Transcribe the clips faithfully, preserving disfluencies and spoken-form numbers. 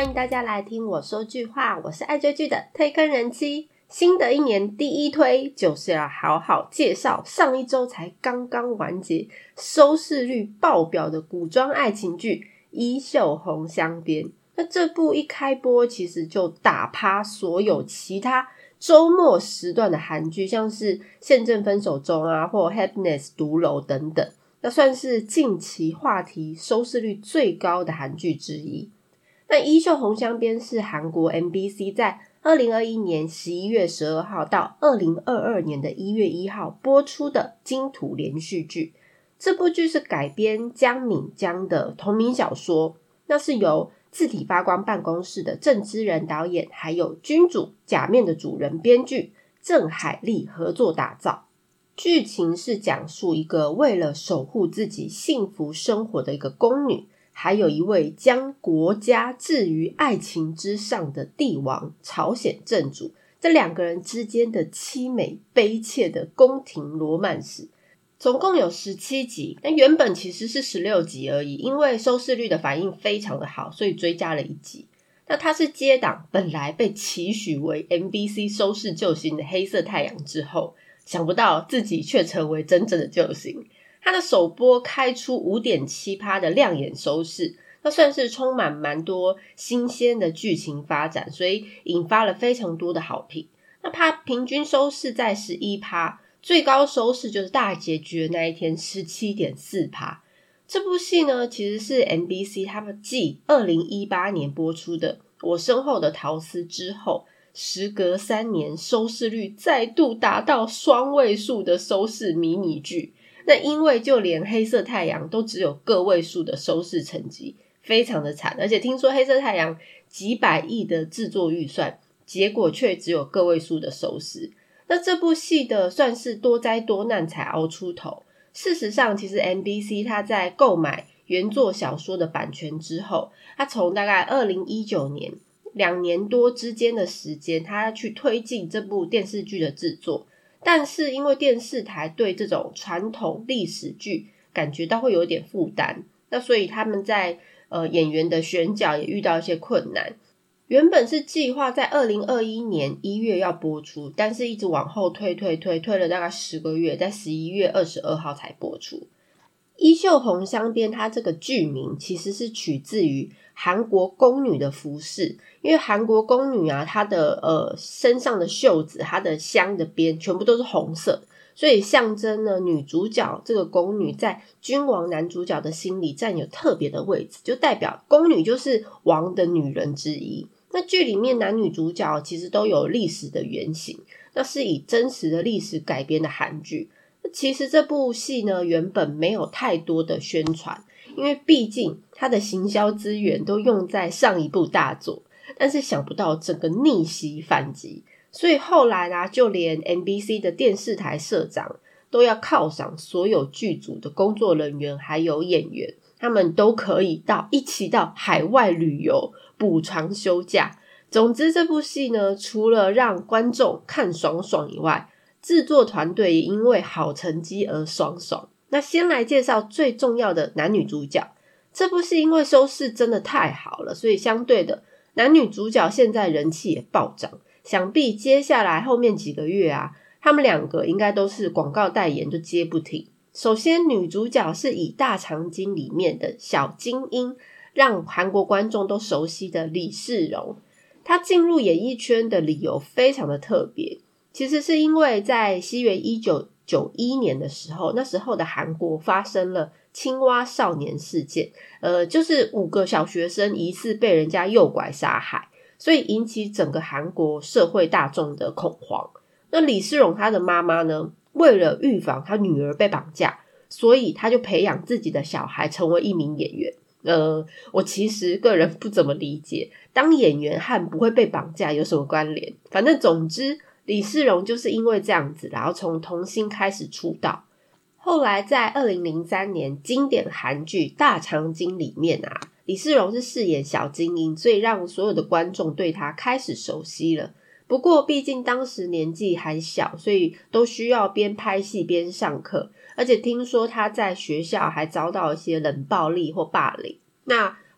欢迎大家来听我说句话，我是爱追剧的推坑人妻。新的一年第一推就是要好好介绍上一周才刚刚完结，收视率爆表的古装爱情剧《衣袖红镶边》。那这部一开播其实就打趴所有其他周末时段的韩剧，像是《宪政分手中》啊，或《Happiness 独楼》等等，那算是近期话题收视率最高的韩剧之一。那《衣袖红镶边》是韩国 M B C 在二零二一年十一月十二号到二零二二年的一月一号播出的金土连续剧。这部剧是改编姜敏江的同名小说，那是由字体发光办公室的郑之仁导演，还有君主假面的主人编剧郑海利合作打造。剧情是讲述一个为了守护自己幸福生活的一个宫女，还有一位将国家置于爱情之上的帝王朝鲜正主，这两个人之间的凄美悲切的宫廷罗曼史。总共有十七集，但原本其实是十六集而已，因为收视率的反应非常的好，所以追加了一集。那它是接档本来被期许为 M B C 收视救星的黑色太阳之后，想不到自己却成为真正的救星。它的首播开出 五点七趴 的亮眼收视，那算是充满蛮多新鲜的剧情发展，所以引发了非常多的好评。那它平均收视在 十一趴， 最高收视就是大结局的那一天 十七点四趴。 这部戏呢其实是 M B C 他们继二零一八年播出的我身后的桃丝之后，时隔三年收视率再度达到双位数的收视迷你剧。那因为就连黑色太阳都只有个位数的收视成绩，非常的惨。而且听说黑色太阳几百亿的制作预算，结果却只有个位数的收视。那这部戏的算是多灾多难才熬出头。事实上其实 M B C 它在购买原作小说的版权之后，它从大概二零一九年两年多之间的时间，它去推进这部电视剧的制作。但是因为电视台对这种传统历史剧感觉到会有点负担，那所以他们在呃演员的选角也遇到一些困难。原本是计划在二零二一年一月要播出，但是一直往后推推推推了大概十个月，在十一月二十二号才播出。衣袖红镶边它这个剧名其实是取自于韩国宫女的服饰，因为韩国宫女啊，她的呃身上的袖子，她的镶的边全部都是红色，所以象征呢女主角这个宫女在君王男主角的心里占有特别的位置，就代表宫女就是王的女人之一。那剧里面男女主角其实都有历史的原型，那是以真实的历史改编的韩剧。其实这部戏呢原本没有太多的宣传，因为毕竟它的行销资源都用在上一部大作，但是想不到整个逆袭反击，所以后来啦，就连 M B C 的电视台社长都要犒赏所有剧组的工作人员还有演员，他们都可以到一起到海外旅游补偿休假。总之这部戏呢除了让观众看爽爽以外，制作团队也因为好成绩而爽爽。那先来介绍最重要的男女主角。这部戏因为收视真的太好了，所以相对的男女主角现在人气也暴涨，想必接下来后面几个月啊，他们两个应该都是广告代言就接不停。首先女主角是以大长今里面的小金英，让韩国观众都熟悉的李世荣。她进入演艺圈的理由非常的特别，其实是因为在西元一九九一年的时候，那时候的韩国发生了青蛙少年事件，呃，就是五个小学生疑似被人家诱拐杀害，所以引起整个韩国社会大众的恐慌。那李世荣他的妈妈呢，为了预防他女儿被绑架，所以他就培养自己的小孩成为一名演员。呃，我其实个人不怎么理解，当演员和不会被绑架有什么关联？反正总之李世荣就是因为这样子，然后从童星开始出道。后来在二零零三年经典韩剧《大长今》里面啊，李世荣是饰演小金英，所以让所有的观众对他开始熟悉了。不过毕竟当时年纪还小，所以都需要边拍戏边上课，而且听说他在学校还遭到一些冷暴力或霸凌。那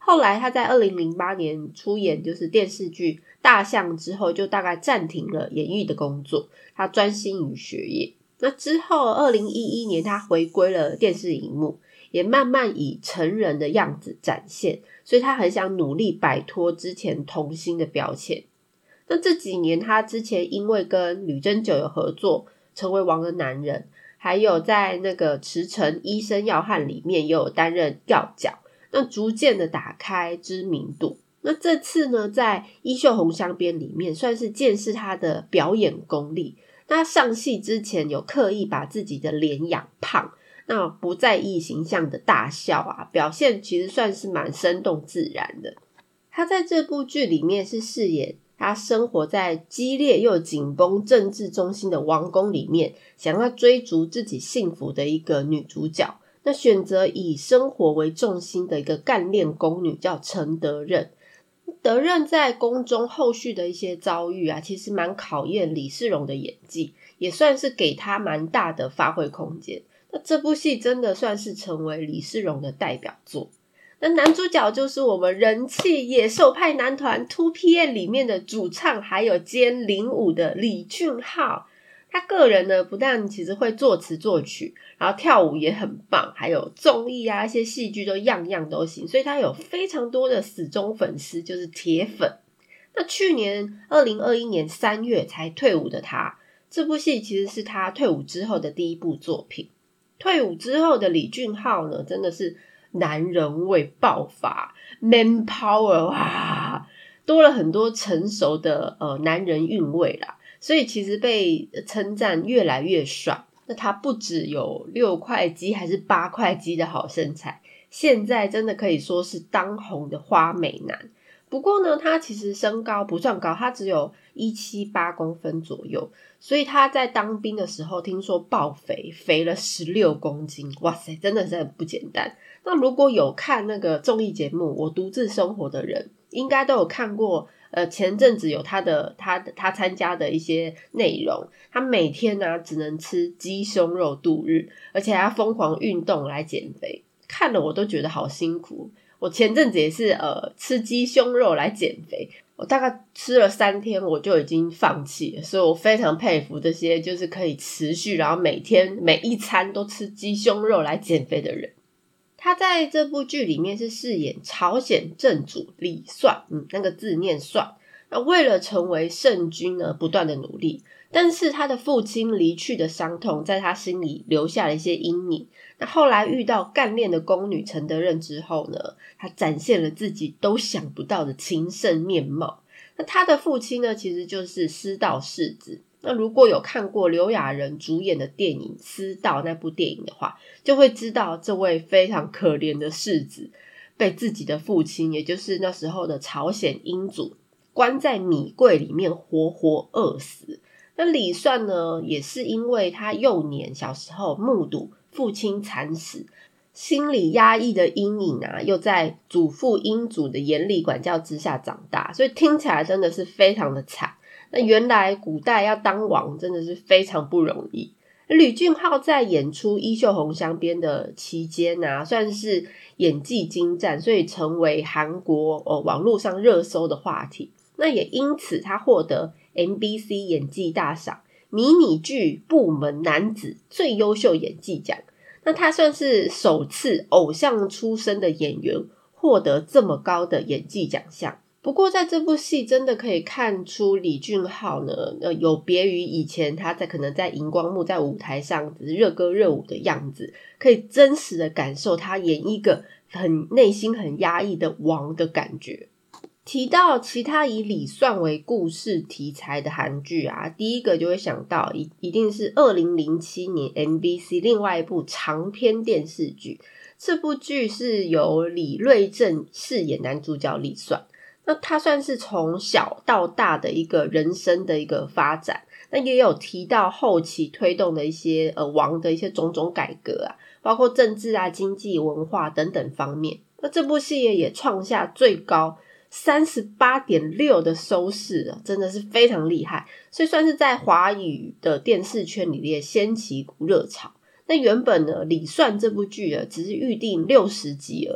后来他在二零零八年出演就是电视剧《大象》之后，就大概暂停了演艺的工作，他专心于学业。那之后二零一一年他回归了电视荧幕，也慢慢以成人的样子展现，所以他很想努力摆脱之前童星的标签。那这几年他之前因为跟吕珍九有合作成为王的男人，还有在那个驰骋医生要汉里面也有担任要角，那逐渐的打开知名度。那这次呢在衣袖红镶边里面算是见识他的表演功力，那上戏之前有刻意把自己的脸养胖，那不在意形象的大笑啊，表现其实算是蛮生动自然的。他在这部剧里面是饰演他生活在激烈又紧绷政治中心的王宫里面，想要追逐自己幸福的一个女主角，那选择以生活为重心的一个干练宫女叫陈德任。德任在宫中后续的一些遭遇啊，其实蛮考验李世荣的演技，也算是给他蛮大的发挥空间。那这部戏真的算是成为李世荣的代表作。那男主角就是我们人气野兽派男团 two P M 里面的主唱，还有兼领舞的李俊昊。他个人呢，不但其实会作词作曲，然后跳舞也很棒，还有综艺啊一些戏剧都样样都行，所以他有非常多的死忠粉丝，就是铁粉。那去年二零二一年三月才退伍的他，这部戏其实是他退伍之后的第一部作品。退伍之后的李俊昊呢，真的是男人味爆发 Man Power 哇，多了很多成熟的呃男人韵味啦，所以其实被称赞越来越帅。那他不只有六块肌还是八块肌的好身材，现在真的可以说是当红的花美男。不过呢，他其实身高不算高，他只有一百七十八公分左右，所以他在当兵的时候听说爆肥，肥了十六公斤，哇塞，真的是很不简单。那如果有看那个综艺节目《我独自生活》的人，应该都有看过，呃，前阵子有他的他他参加的一些内容，他每天呢、啊、只能吃鸡胸肉度日，而且还要疯狂运动来减肥，看了我都觉得好辛苦。我前阵子也是呃吃鸡胸肉来减肥，我大概吃了三天我就已经放弃了，所以我非常佩服这些就是可以持续然后每天每一餐都吃鸡胸肉来减肥的人。他在这部剧里面是饰演朝鲜正主李算，嗯，那个字念算。那为了成为圣君呢，不断的努力，但是他的父亲离去的伤痛在他心里留下了一些阴影。那后来遇到干练的宫女陈德任之后呢，他展现了自己都想不到的情圣面貌。那他的父亲呢，其实就是师道世子。那如果有看过刘亚仁主演的电影《私道》那部电影的话，就会知道这位非常可怜的世子被自己的父亲，也就是那时候的朝鲜英祖关在米柜里面活活饿死。那李算呢，也是因为他幼年小时候目睹父亲惨死，心理压抑的阴影啊，又在祖父英祖的严厉管教之下长大，所以听起来真的是非常的惨。那原来古代要当王真的是非常不容易。吕俊昊在演出《衣袖红镶边》的期间啊，算是演技精湛，所以成为韩国、哦、网络上热搜的话题。那也因此他获得 M B C 演技大赏迷你剧部门男子最优秀演技奖。那他算是首次偶像出身的演员获得这么高的演技奖项。不过在这部戏真的可以看出李俊昊呢，呃，有别于以前他在可能在荧光幕在舞台上只是热歌热舞的样子，可以真实的感受他演一个很内心很压抑的王的感觉。提到其他以李算为故事题材的韩剧啊，第一个就会想到一一定是二零零七年 M B C 另外一部长篇电视剧。这部剧是由李瑞镇饰演男主角李算。那他算是从小到大的一个人生的一个发展，那也有提到后期推动的一些呃王的一些种种改革啊，包括政治啊、经济、文化等等方面。那这部戏也创下最高 三十八点六 的收视啊，真的是非常厉害，所以算是在华语的电视圈里面掀起一股热潮。那原本呢，李算这部剧啊只是预定六十集而已。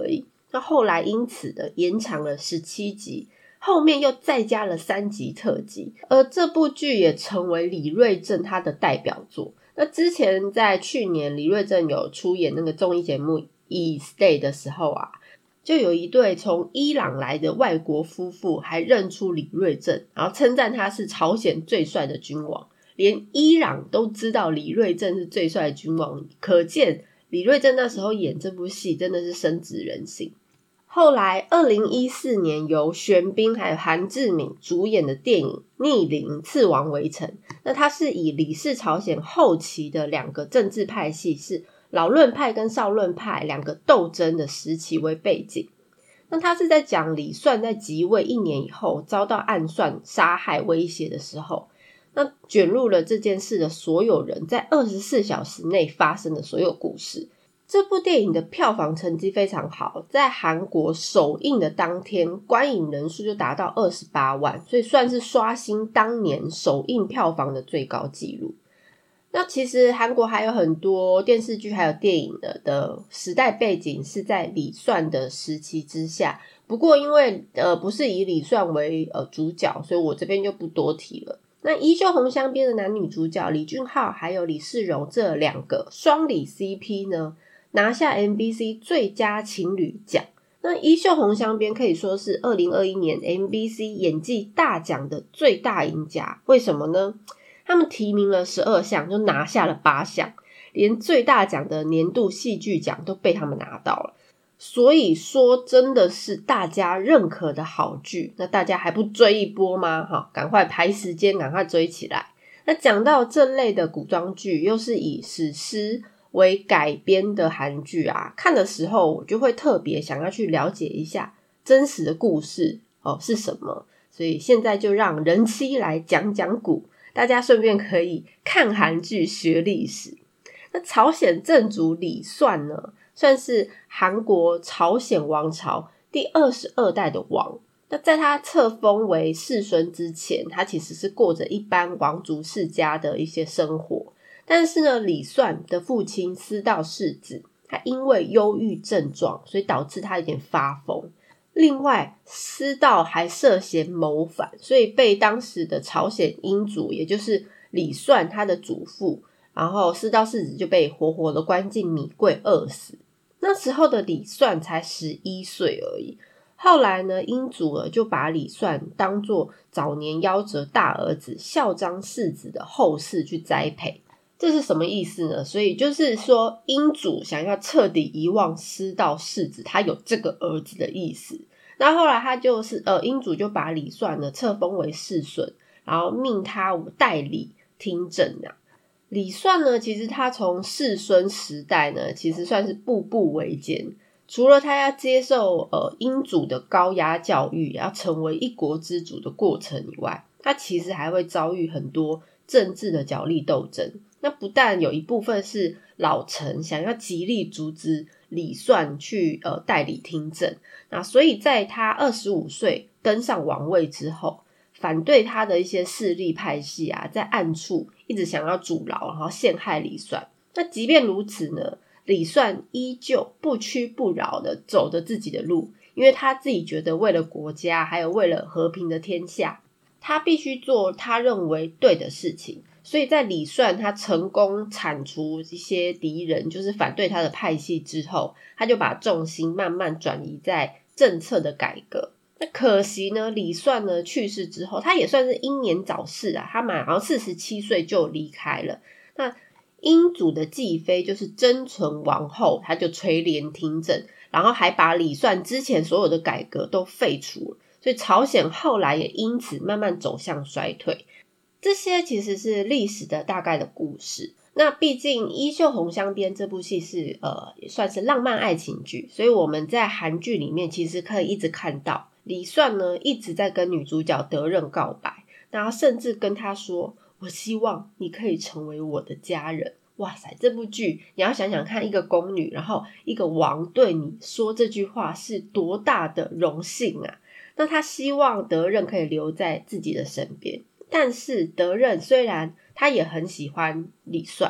那后来因此的延长了十七集，后面又再加了三集特辑，而这部剧也成为李瑞镇他的代表作。那之前在去年李瑞镇有出演那个综艺节目 E Stay 的时候啊，就有一对从伊朗来的外国夫妇还认出李瑞镇，然后称赞他是朝鲜最帅的君王，连伊朗都知道李瑞镇是最帅的君王，可见李瑞镇那时候演这部戏真的是深植人心。后来二零一四年由玄彬还有韩志敏主演的电影《逆鳞刺王围城》，那它是以李氏朝鲜后期的两个政治派系，是老论派跟少论派两个斗争的时期为背景。那它是在讲李算在即位一年以后遭到暗算杀害威胁的时候，那卷入了这件事的所有人在二十四小时内发生的所有故事。这部电影的票房成绩非常好，在韩国首映的当天观影人数就达到二十八万，所以算是刷新当年首映票房的最高纪录。那其实韩国还有很多电视剧还有电影 的, 的时代背景是在李算的时期之下，不过因为呃不是以李算为呃主角，所以我这边就不多提了。那《衣袖红镶边》的男女主角李俊浩还有李世荣这两个双李 C P 呢，拿下 M B C 最佳情侣奖。那《衣袖红镶边》可以说是二零二一年 M B C 演技大奖的最大赢家。为什么呢？他们提名了十二项，就拿下了八项，连最大奖的年度戏剧奖都被他们拿到了。所以说真的是大家认可的好剧，那大家还不追一波吗？哈，赶快排时间，赶快追起来。那讲到这类的古装剧，又是以史诗为改编的韩剧啊，看的时候我就会特别想要去了解一下真实的故事哦是什么。所以现在就让人妻来讲讲古，大家顺便可以看韩剧学历史。那朝鲜正主李算呢，算是韩国朝鲜王朝第二十二代的王。那在他册封为世孙之前，他其实是过着一般王族世家的一些生活。但是呢，李算的父亲私道世子，他因为忧郁症状，所以导致他有点发疯。另外，私道还涉嫌谋反，所以被当时的朝鲜英主，也就是李算他的祖父，然后私道世子就被活活的关进米柜饿死。那时候的李算才十一岁而已。后来呢，英主儿就把李算当作早年夭折大儿子孝章世子的后世去栽培。这是什么意思呢？所以就是说英主想要彻底遗忘私道世子他有这个儿子的意思。那后来他就是呃，英主就把李算呢册封为世孙，然后命他代理听政啊。李算呢，其实他从世孙时代呢，其实算是步步维艰。除了他要接受呃英主的高压教育，要成为一国之主的过程以外，他其实还会遭遇很多政治的角力斗争。那不但有一部分是老臣想要极力阻止李算去呃代理听政，那所以在他二十五岁登上王位之后，反对他的一些势力派系啊，在暗处一直想要阻挠，然后陷害李算。那即便如此呢，李算依旧不屈不挠的走着自己的路，因为他自己觉得为了国家还有为了和平的天下，他必须做他认为对的事情。所以在李算他成功铲除一些敌人，就是反对他的派系之后，他就把重心慢慢转移在政策的改革。那可惜呢，李算呢去世之后，他也算是英年早逝啊，他满好像四十七岁就离开了。那英主的继妃就是真纯王后，她就垂帘听政，然后还把李算之前所有的改革都废除了，所以朝鲜后来也因此慢慢走向衰退。这些其实是历史的大概的故事。那毕竟《衣袖红镶边》这部戏是呃也算是浪漫爱情剧，所以我们在韩剧里面其实可以一直看到李算呢一直在跟女主角德任告白，然后甚至跟她说，我希望你可以成为我的家人。哇塞，这部剧你要想想看，一个宫女然后一个王对你说这句话是多大的荣幸啊。那她希望德任可以留在自己的身边，但是德任虽然他也很喜欢李算，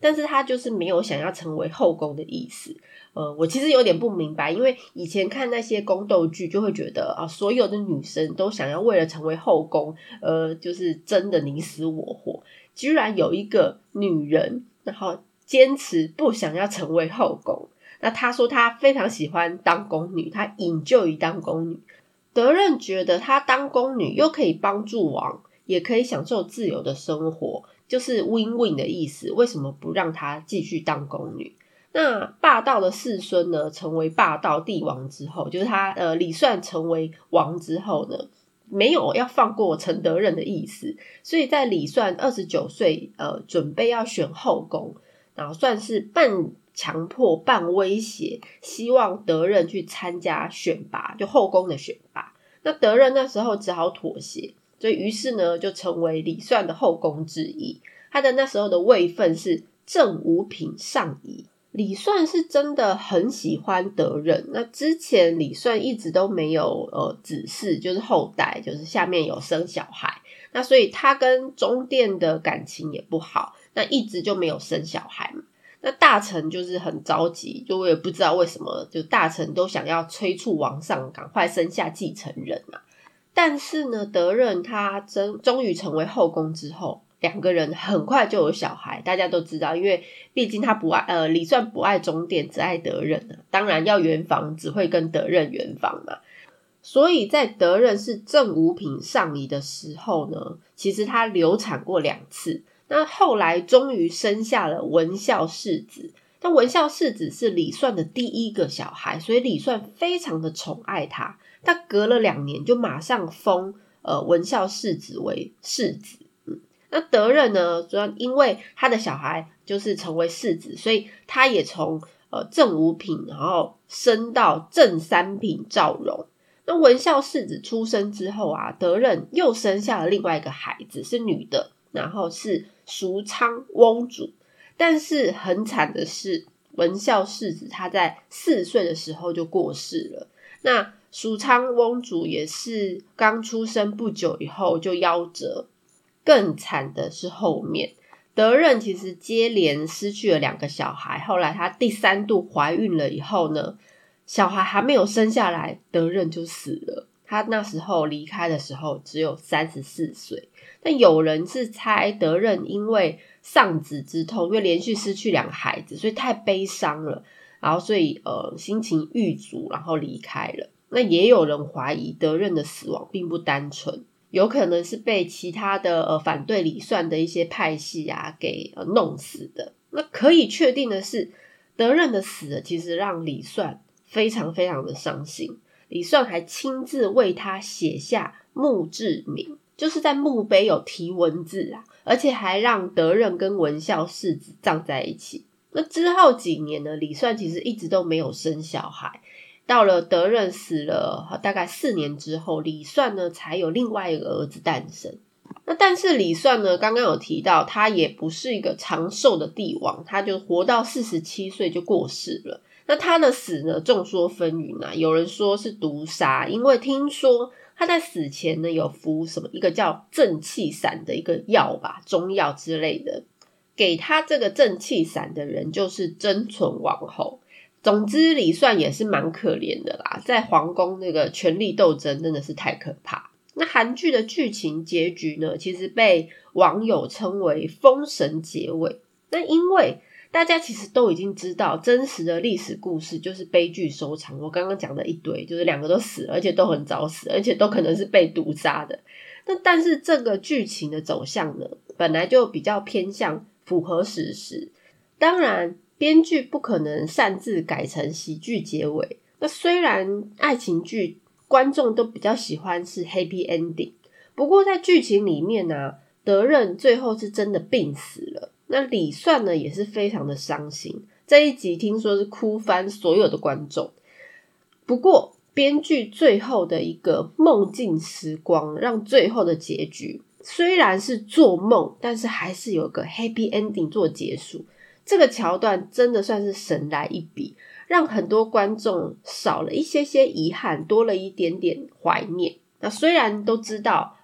但是他就是没有想要成为后宫的意思。呃，我其实有点不明白，因为以前看那些宫斗剧就会觉得啊，所有的女生都想要为了成为后宫，呃，就是争得你死我活。居然有一个女人，然后坚持不想要成为后宫。那她说她非常喜欢当宫女，她enjoy当宫女。德任觉得她当宫女又可以帮助王，也可以享受自由的生活，就是 win win 的意思，为什么不让她继续当宫女？那霸道的世孙呢，成为霸道帝王之后，就是他呃李算成为王之后呢，没有要放过陈德任的意思，所以在李算二十九岁呃准备要选后宫，然后算是半强迫半威胁，希望德任去参加选拔，就后宫的选拔。那德任那时候只好妥协，所以于是呢就成为李算的后宫之一。他的那时候的位分是正五品上仪。李算是真的很喜欢德任，那之前李算一直都没有呃子嗣，就是后代，就是下面有生小孩，那所以他跟中殿的感情也不好，那一直就没有生小孩嘛。那大臣就是很着急，就我也不知道为什么，就大臣都想要催促王上赶快生下继承人嘛。但是呢，德任他真终于成为后宫之后，两个人很快就有小孩，大家都知道，因为毕竟他不爱呃李算不爱中殿，只爱德任啊，当然要圆房只会跟德任圆房嘛。所以在德任是正五品上仪的时候呢，其实他流产过两次，那后来终于生下了文孝世子。那文孝世子是李算的第一个小孩，所以李算非常的宠爱他，他隔了两年就马上封呃文孝世子为世子。那德任呢，主要因为他的小孩就是成为世子，所以他也从呃正五品然后升到正三品赵荣。那文孝世子出生之后啊，德任又生下了另外一个孩子，是女的，然后是淑昌翁主。但是很惨的是，文孝世子他在四岁的时候就过世了。那淑昌翁主也是刚出生不久以后就夭折。更惨的是后面，德任其实接连失去了两个小孩，后来她第三度怀孕了以后呢，小孩还没有生下来，德任就死了。她那时候离开的时候只有三十四岁。但有人是猜德任因为丧子之痛，因为连续失去两个孩子，所以太悲伤了，然后所以呃心情郁卒，然后离开了。那也有人怀疑德任的死亡并不单纯，有可能是被其他的呃反对李算的一些派系啊给呃弄死的。那可以确定的是，德任的死其实让李算非常非常的伤心。李算还亲自为他写下墓志铭，就是在墓碑有题文字啊，而且还让德任跟文孝世子葬在一起。那之后几年呢，李算其实一直都没有生小孩。到了德任死了大概四年之后，李算呢才有另外一个儿子诞生。那但是李算呢，刚刚有提到他也不是一个长寿的帝王，他就活到四十七岁就过世了。那他的死呢众说纷纭啊，有人说是毒杀，因为听说他在死前呢有服什么一个叫正气散的一个药吧，中药之类的，给他这个正气散的人就是贞纯王后。总之李算也是蛮可怜的啦，在皇宫那个权力斗争真的是太可怕。那韩剧的剧情结局呢，其实被网友称为封神结尾。那因为大家其实都已经知道真实的历史故事就是悲剧收场，我刚刚讲的一堆就是两个都死了，而且都很早死，而且都可能是被毒杀的。那但是这个剧情的走向呢，本来就比较偏向符合史实，当然编剧不可能擅自改成喜剧结尾。那虽然爱情剧观众都比较喜欢是 happy ending， 不过在剧情里面啊，德任最后是真的病死了。那李算呢也是非常的伤心，这一集听说是哭翻所有的观众。不过编剧最后的一个梦境时光，让最后的结局虽然是做梦，但是还是有个 happy ending 做结束。这个桥段真的算是神来一笔，让很多观众少了一些些遗憾，多了一点点怀念。那虽然都知道呃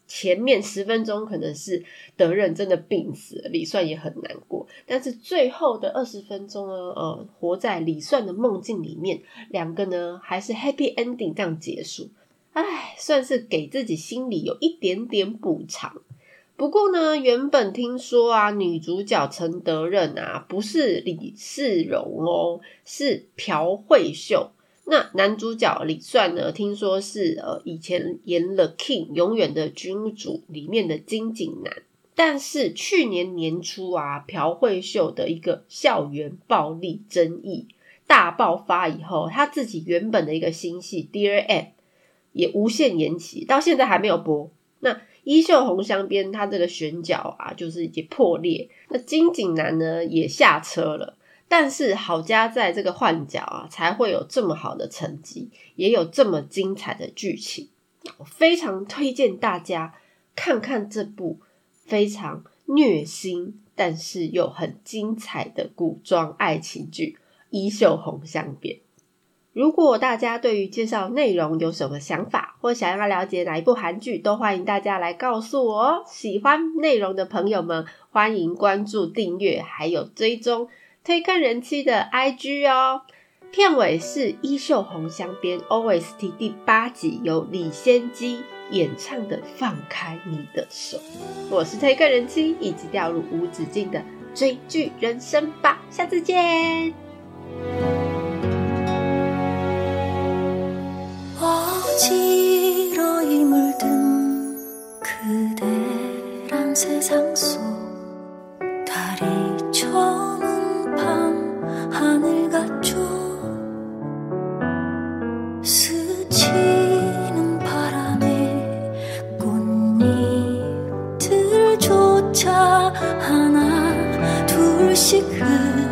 前面十分钟可能是德任真的病死了，李算也很难过，但是最后的二十分钟呢，呃，活在李算的梦境里面，两个呢还是 happy ending 这样结束。唉，算是给自己心里有一点点补偿。不过呢，原本听说啊，女主角陈德任啊，不是李世荣哦，是朴慧秀。那男主角李算呢，听说是呃以前演了 King 永远的君主里面的金井男。但是去年年初啊，朴慧秀的一个校园暴力争议大爆发以后，他自己原本的一个新戏 Dear Ed 也无限延期，到现在还没有播。那衣袖红镶边他这个选角啊，就是已经破裂。那金井男呢也下车了，但是好家在这个换角啊，才会有这么好的成绩，也有这么精彩的剧情。我非常推荐大家看看这部非常虐心但是又很精彩的古装爱情剧《衣袖红镶边》。如果大家对于介绍内容有什么想法，或想要了解哪一部韩剧，都欢迎大家来告诉我哦。喜欢内容的朋友们，欢迎关注、订阅，还有追踪推坑人妻的 I G 哦。片尾是《衣袖红镶边》O S T 第八集，由李仙姬演唱的《放开你的手》。我是推坑人妻，一起掉入无止境的追剧人生吧，下次见。 어지러이 물든 그대란 세상 속 달이 저문 밤 하늘 같죠. 스치는 바람에 꽃잎들조차 하나 둘씩